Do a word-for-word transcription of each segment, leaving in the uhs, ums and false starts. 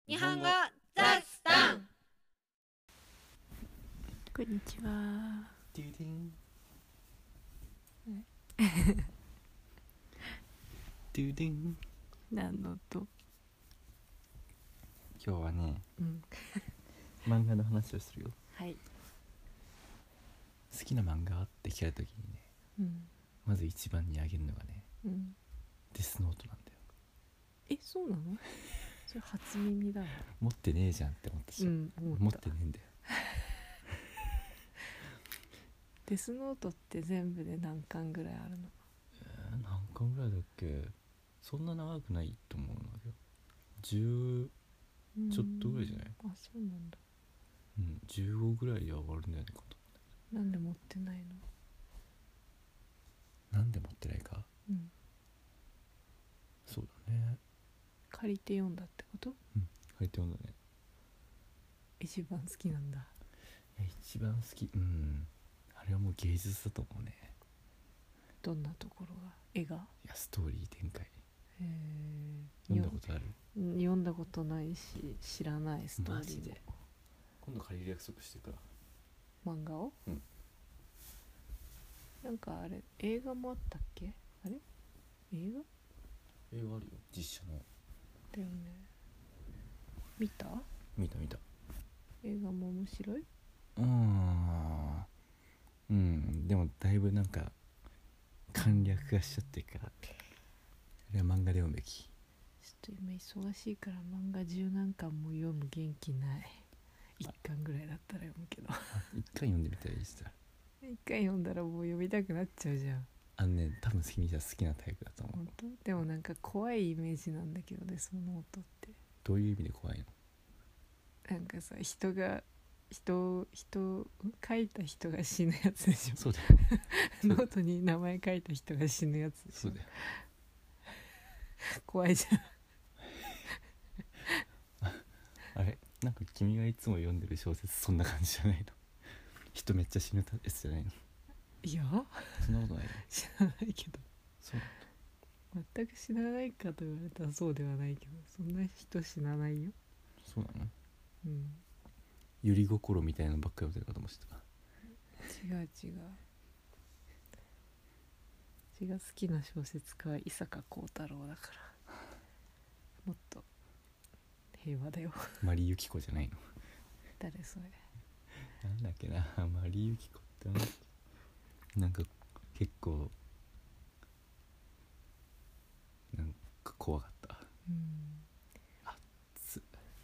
日本語ザスタン。 こんにちは。 デュディンデュディン。 何の音？ 今日はね、 うん。 漫画の話をするよ。 はい。 好きな漫画って聞かれた時にね、 うん。 まず一番にあげるのがね、 うん。 デスノートなんだよ。 え、そうなの？それ初耳だわ。 持ってねえじゃんって思ったし、 うん、思った。 持ってねえんだよ。 デスノートって全部で何巻ぐらいあるの？ えー、何巻ぐらいだっけ。そんな長くないと思うんだけど、じゅうちょっとぐらいじゃない？ あ、そうなんだ。 うん、じゅうごぐらいで終わるんだよね、今度。 なんで持ってないの？ なんで持ってないか。 うん。 そうだね。 借りて読んだってこと？ うん、書いて読んだね。 一番好きなんだ。 いや、一番好き、うん、あれはもう芸術だと思うね。 どんなところが？絵が？ いや、ストーリー展開。 へー。 読んだことある？ 読んだことないし知らない。ストーリーも。 マジで今度借りる約束してから。 漫画を？ うん。 なんかあれ映画もあったっけ？あれ映画映画あるよ、実写の。 だよね。見た？ 見た見た。 映画も面白い？ うーんうんでもだいぶなんか簡略化しちゃってるから、あれは漫画で読むべき。 ちょっと今忙しいから漫画十何巻も読む元気ない。一巻ぐらいだったら読むけど一回読んでみたらいいさ。 一回読んだらもう読みたくなっちゃうじゃん。 あのね、多分君じゃ好きなタイプだと思う。 本当？でもなんか怖いイメージなんだけどね、その音って。 どういう意味で怖いの？ なんかさ、人が人人書いた人が死ぬやつでしょ。 そうだよノートに名前書いた人が死ぬやつでしょ。 そうだよ怖いじゃんあれ、なんか君がいつも読んでる小説そんな感じじゃないの？人めっちゃ死ぬやつじゃないの？ いやそんなことないよ。 知らないけど。 そう全く知らないかと言われたらそうではないけど、そんな人死なないよ。 そうなの？ うんゆり心みたいなのばっかり読んでるかと思ってた。 違う違う。私が好きな小説家は伊坂幸太郎だから、もっと平和だよマリユキコじゃないの？ 誰それ？ なんだっけな、マリユキコってなんか結構なんか怖かった。 うん。 熱っ。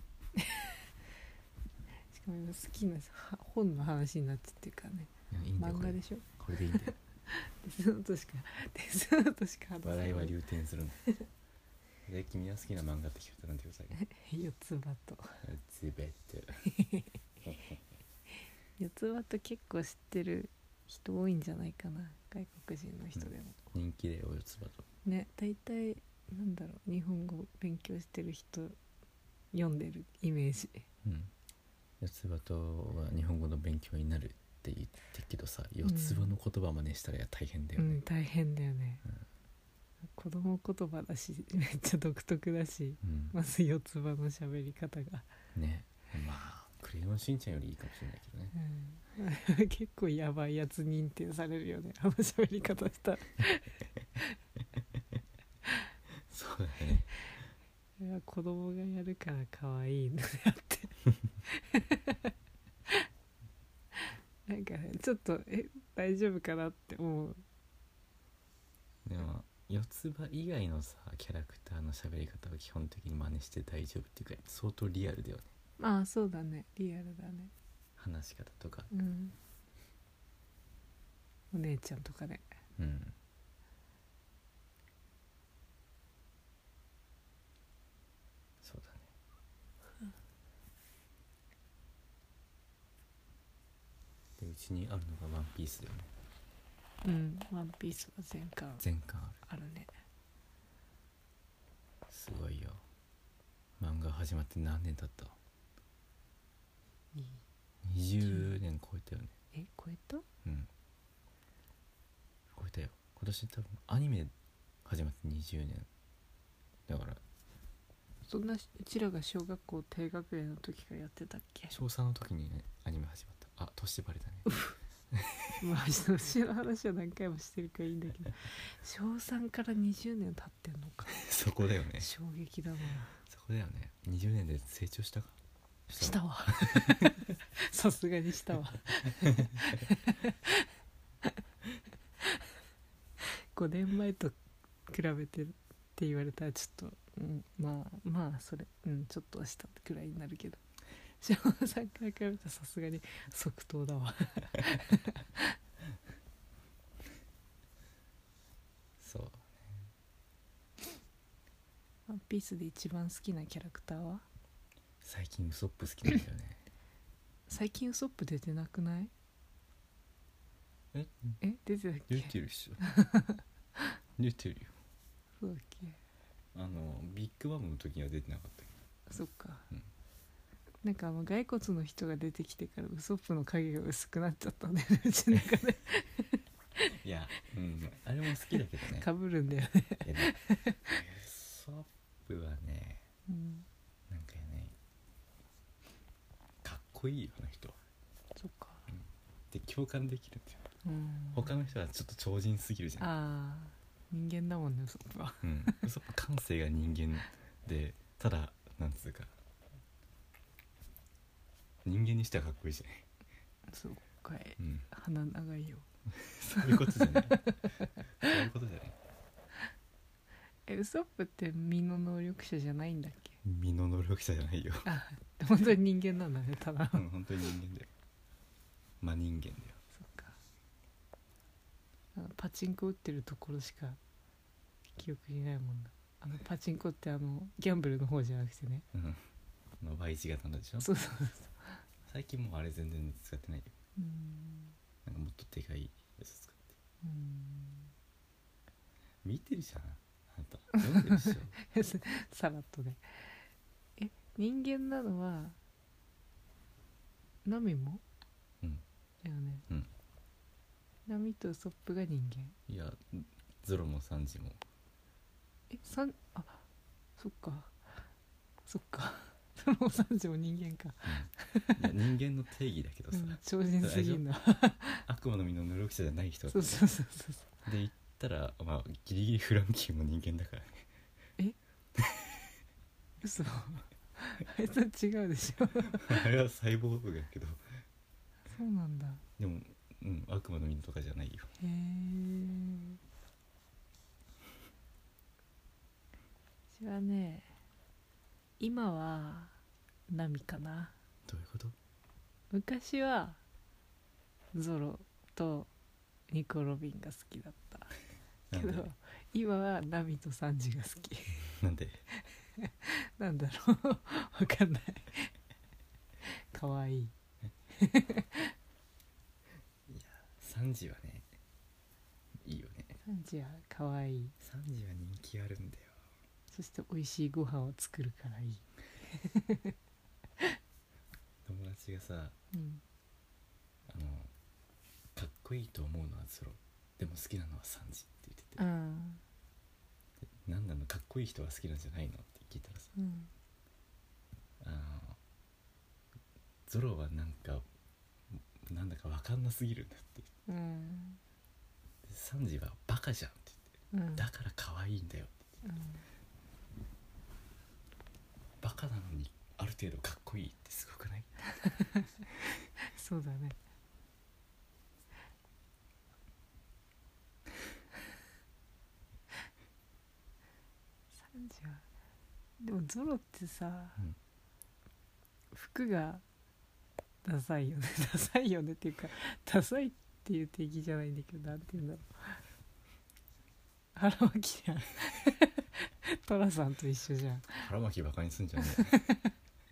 しかも今好きな本の話になっちゃってるからね。 いや、いいんだよ、 漫画でしょ。 これでいいんだよデスノートしかデスノートしか話せない。 笑いは流転するので、君は好きな漫画って聞かれたらなんてください。 四つ葉とズベッ四つ葉と結構知ってる人多いんじゃないかな、外国人の人でも、 うん、人気でお四つ葉とね。大体なんだろう、日本語勉強してる人読んでるイメージ。 うん四つ葉とは日本語の勉強になるって言ってるけどさ、四つ葉の言葉真似したら大変だよね。 うん、大変だよね、 うん、 子供言葉だしめっちゃ独特だし、 うん、 まず四つ葉の喋り方がね。まあクレヨンしんちゃんよりいいかもしれないけどね、 うん、結構やばいやつ認定されるよね、あの喋り方したらそうだね。 いや、子供がやるから可愛いのであってなんかね、ちょっとえ大丈夫かなって思う。 でも四つ葉以外のさキャラクターの喋り方は基本的に真似して大丈夫っていうか、相当リアルだよね。 まあそうだね、リアルだね。 話し方とか。 うん。お姉ちゃんとかね。 うん。そうだね。で、うちにあるのがワンピースだよね。 うん、ワンピースは全巻全巻ある。 あるね。 すごいよ。漫画始まって何年経った？にじゅうねん超えたよね。 え、超えた？ うん、超えたよ。今年多分アニメ始まってにじゅうねんだからそんなうちらが小学校低学年の時からやってたっけ？ 小さんの時にねアニメ始まった。あ、年バレだねまあ年の話は何回もしてるからいいんだけど小さんからにじゅうねん経ってんのかそこだよね、 衝撃だな。 そこだよね。にじゅうねんで成長したか。 したわさすがにしたわごねんまえと比べてって言われたらちょっと、うん、まあまあそれ、うん、ちょっとはしたくらいになるけど小さんから比べたらさすがに即答だわそうワンピースで一番好きなキャラクターは？ 最近ウソップ好きなんだよね最近ウソップ出てなくない？ ええ出てたっけ？ 出てるっしょ出てるよ。 そうだっけ？ あのビッグバムの時には出てなかったけそっか、 うんなんかあの骸骨の人が出てきてからウソップの影が薄くなっちゃったんだよねうちの中でどいや、うん、あれも好きだけどねかぶるんだよね、 いやでもウソップはねうん、 なんかねかっこいいよあの人は。 そっか、 で共感できるんだよ。 うん、 他の人はちょっと超人すぎるじゃん。 ああ人間だもんねウソップはうん、ウソップ感性が人間でただなんつうか人間にしてはかっこいいじゃない。 そうかい、 うん、 鼻長いよ。 そういうことじゃないそういうことじゃない。 えウソップって身の能力者じゃないんだっけ？ 身の能力者じゃないよあ本当に人間なんだねただ、 うん本当に人間だよ。真人間だよ。 そっか。あのパチンコ打ってるところしか記憶にないもんな。あのパチンコってあのギャンブルの方じゃなくてね。 うんまあ ワイ 字型のでしょ。 そうそうそう。 最近もうあれ全然使ってないよ。 うーんなんかもっとでかいやつ使って。 うーん見てるじゃんあんた。読んでるでしょさらっとね。え人間なのはナミもうんだよね。 うんナミとウソップが人間。 いやゾロもサンジもえ三あそっかそっかその三時も人間か、 いや人間の定義だけどさ、 うん、超人すぎんな悪魔の実の能力者じゃない人そうそうそうそうで言ったらまあギリギリフランキーも人間だからね。 嘘あいつは違うでしょあれはサイボーグだけどそうなんだ。 でも、うん、悪魔の実とかじゃないよ。 へえ私はね今はナミかな。 どういうこと？ 昔はゾロとニコ・ロビンが好きだったなんでけど今はナミとサンジが好きなんでなんだろうわかんないかわいい。 サンジはねいいよね。 サンジはかわいい。 サンジは人気あるんだよ。 そして美味しいご飯を作るからいい。 友達がさうんあのかっこいいと思うのはゾロでも好きなのはサンジって言ってて、 うんなんなのかっこいい人が好きなんじゃないのって聞いたらさ、 うんあのゾロはなんかなんだか分かんなすぎるんだって。 うんでサンジはバカじゃんってうん言ってだから可愛いんだよって言ってうんバカなのにある程度かっこいいってすごくない？ そうだね。サンジはでもゾロってさ、 うん、 服がダサいよねダサいよねっていうかダサいっていう定義じゃないんだけどなんて言うんだろう腹巻きじゃんトラさんと一緒じゃん。 腹巻きバカにすんじゃねえ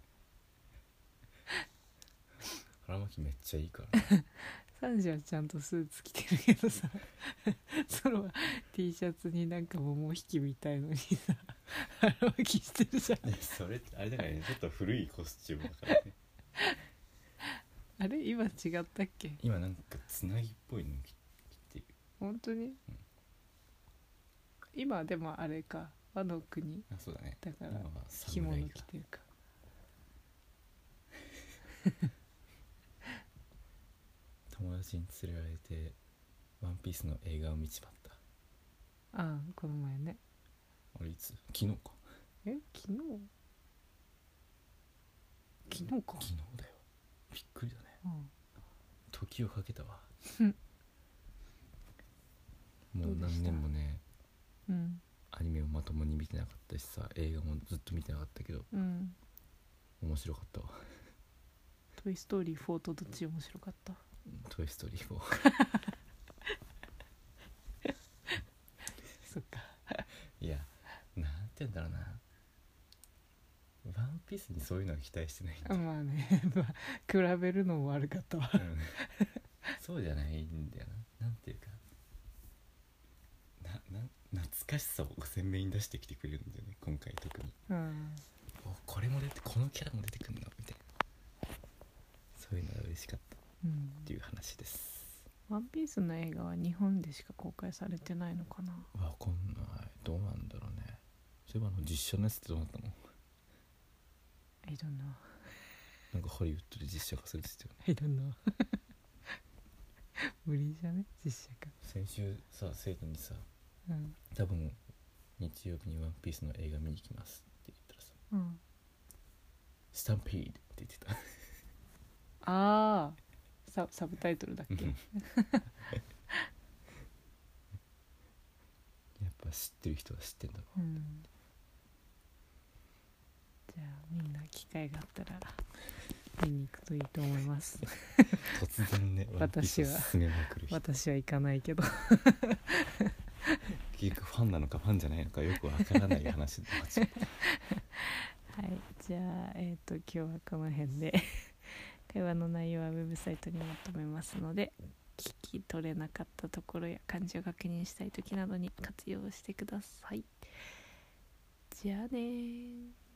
腹巻きめっちゃいいから、ね、 サンジはちゃんとスーツ着てるけどさソロは T シャツになんか桃引きみたいのにさ腹巻きしてるじゃん。 それってあれだからねちょっと古いコスチュームだからねあれ今違ったっけ？ 今なんかつなぎっぽいの着てる。 本当に、うん、今でもあれか和の国あそうだねだから今は着物侍が着てるか友達に連れられてワンピースの映画を見ちまった。 ああこの前ねあれいつ昨日かえ昨日昨日か昨日だよびっくりだねうん時をかけたわうんもう何年もねうんアニメをまともに見てなかったしさ映画もずっと見てなかったけどうん面白かったわ。 トイストーリーフォーとどっち面白かった？ トイストーリーフォーそっかいやなんて言うんだろうなワンピースにそういうのは期待してないんだ、 まあねまあ比べるのも悪かったわうんそうじゃないんだよな。なんていうかなな懐かしさを鮮明に出してきてくれるんだよね今回特に。 うんおこれも出てこのキャラも出てくるのみたいなそういうのが嬉しかったうんっていう話です。 ワンピースの映画は日本でしか公開されてないのかな。 わかんないどうなんだろうね。そういえばあの実写のやつってどうなったの？ I don't know なんかハリウッドで実写化するって I don't know 無理じゃね実写化。 先週さ生徒にさうん多分日曜日にワンピースの映画見に行きますって言ったらさうんスタンピードって言ってたああサ, サブタイトルだっけやっぱ知ってる人は知ってんだろうんじゃあみんな機会があったら見に行くといいと思いますう突然ねワンピースを進めまくる人私は行かないけど結局ファンなのかファンじゃないのかよくわからない話になっちゃったはいじゃあえっ、と今日はこの辺で会話の内容はウェブサイトにまとめますので聞き取れなかったところや漢字を確認したい時などに活用してください。じゃあねー。